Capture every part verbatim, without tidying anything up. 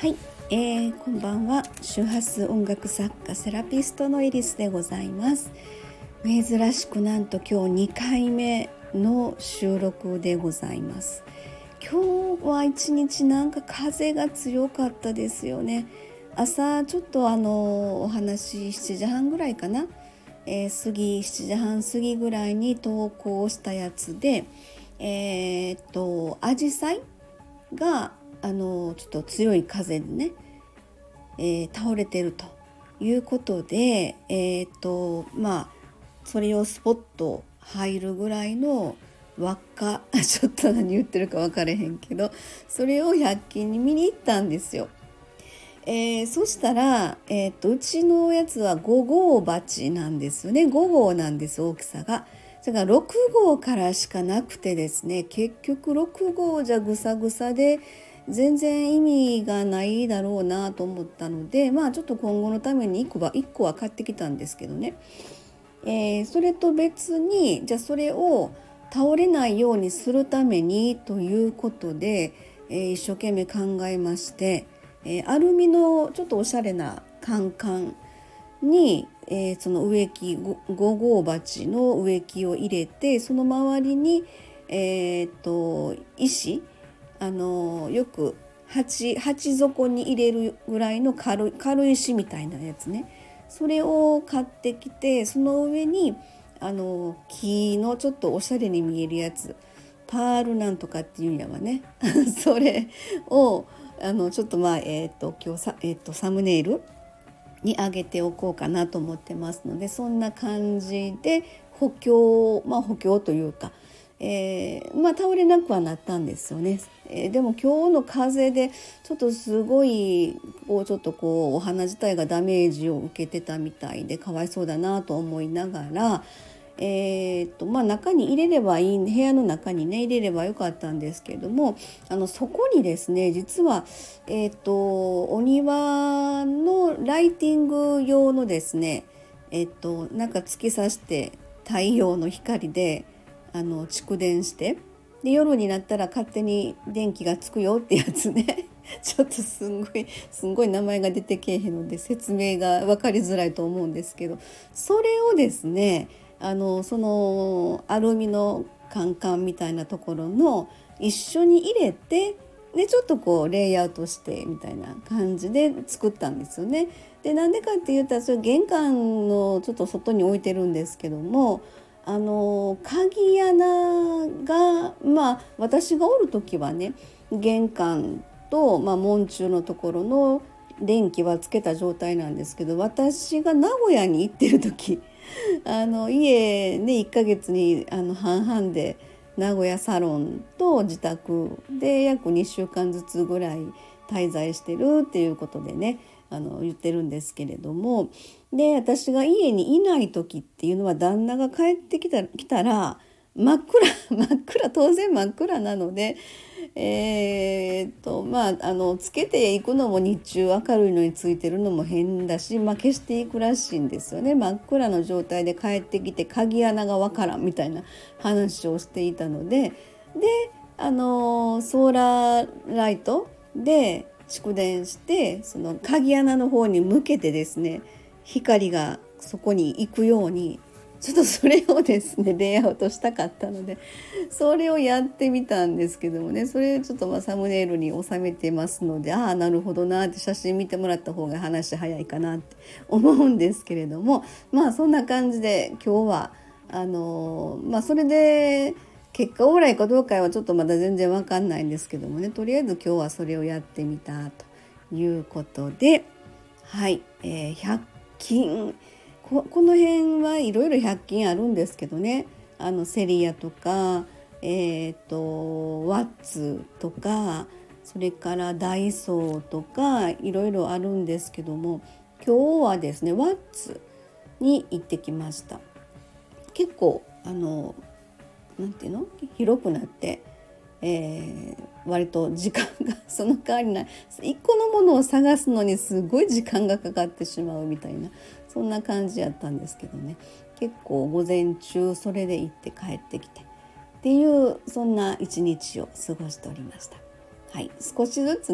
はい、えー、こんばんは。周波数音楽作家セラピストのエリスでございます。珍しくなんと今日にかいめの収録でございます。今日は一日なんか風が強かったですよね。朝ちょっとあのお話しちじはんぐらいかな、えー、過ぎしちじはん過ぎぐらいに投稿したやつで、えー、っとアジサイがあのちょっと強い風でね、えー、倒れてるということで、えー、っとまあそれをスポッと入るぐらいの輪っかちょっと何言ってるか分かれへんけど、それをひゃっ均に見に行ったんですよ。えー、そしたら、えー、っとうちのやつはご号鉢なんですよね。ご号なんです、大きさが。だからろく号からしかなくてですね、結局ろく号じゃぐさぐさで全然意味がないだろうなと思ったので、まあちょっと今後のためにいっこは、いっこは買ってきたんですけどね、えー、それと別にじゃあそれを倒れないようにするためにということで、えー、一生懸命考えまして、えー、アルミのちょっとおしゃれなカンカンに、えー、その植木ご号鉢の植木を入れて、その周りに、えー、っと石、あのよく鉢鉢底に入れるぐらいの軽い軽石みたいなやつね、それを買ってきて、その上にあの木のちょっとおしゃれに見えるやつ、パールなんとかっていうんやわねそれをあのちょっとまあえっ、ー、と今日さ、えー、とサムネイルに上げておこうかなと思ってますので、そんな感じで補強、まあ補強というか、えー、まあ倒れなくはなったんですよね。えー、でも今日の風でちょっとすごいこうちょっとこうお花自体がダメージを受けてたみたいで、かわいそうだなと思いながら、えーっとまあ、中に入れればいい、部屋の中にね入れればよかったんですけれども、あのそこにですね、実は、えーっとお庭のライティング用のですね、えーっとなんか突き刺して太陽の光であの蓄電して、で夜になったら勝手に電気がつくよってやつねちょっとすんごいすんごい名前が出てけえへんので説明が分かりづらいと思うんですけど、それをですね、あのそのアルミのカンカンみたいなところの一緒に入れて、でちょっとこうレイアウトしてみたいな感じで作ったんですよね。でなんでかって言ったら、それ玄関のちょっと外に置いてるんですけども、あの鍵穴がまあ私がおる時はね、玄関と、まあ、門中のところの電気はつけた状態なんですけど、私が名古屋に行ってる時あの家ねいっかげつにあの半々で名古屋サロンと自宅で約にしゅうかんずつぐらい滞在してるっていうことでね、あの言ってるんですけれども、で私が家にいない時っていうのは旦那が帰ってきた、来たら真っ暗真っ暗、当然真っ暗なので、えー、っとまああのつけていくのも日中明るいのについてるのも変だし、まあ、消していくらしいんですよね。真っ暗の状態で帰ってきて鍵穴がわからんみたいな話をしていたので、であのソーラーライトで蓄電して、その鍵穴の方に向けてですね、光がそこに行くようにちょっとそれをですねレイアウトしたかったので、それをやってみたんですけどもね、それちょっとまあサムネイルに収めてますので、ああなるほどなって写真見てもらった方が話早いかなって思うんですけれども、まあそんな感じで今日はあのまあそれで結果オーライかどうかはちょっとまだ全然わかんないんですけどもね、とりあえず今日はそれをやってみたということで、はい、えー、ひゃっ均こ, この辺はいろいろひゃっ均あるんですけどね、あのセリアとか、えー、とワッツとか、それからダイソーとかいろいろあるんですけども、今日はですねワッツに行ってきました。結構あのなんていうの広くなって、えー、割と時間がその代わりない一個のものを探すのにすごい時間がかかってしまうみたいな、そんな感じやったんですけどね、結構午前中それで行って帰ってきてっていう、そんな一日を過ごしておりました。はい、少しずつね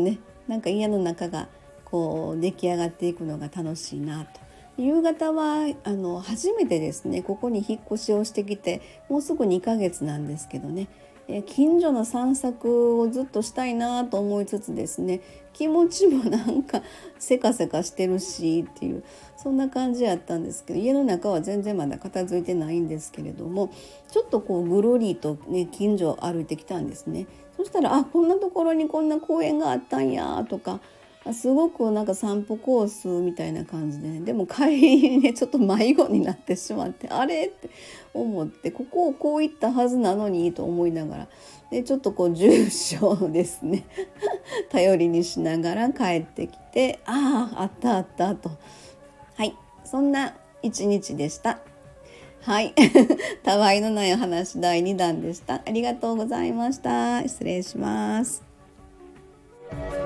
なんか家の中がこう出来上がっていくのが楽しいなと。夕方はあの初めてですね、ここに引っ越しをしてきてもうすぐにかげつなんですけどね、え近所の散策をずっとしたいなと思いつつですね、気持ちもなんかせかせかしてるしっていう、そんな感じやったんですけど、家の中は全然まだ片付いてないんですけれども、ちょっとこうぐるりとね近所を歩いてきたんですね。そしたら、あ、こんなところにこんな公園があったんやとか、すごくなんか散歩コースみたいな感じで、ね、でも帰りにねちょっと迷子になってしまって、あれって思って、ここをこう行ったはずなのにと思いながら、でちょっとこう住所をですね頼りにしながら帰ってきて、あああったあったと、はい、そんな一日でした。はいたわいのないお話だいにだんでした。ありがとうございました。失礼します。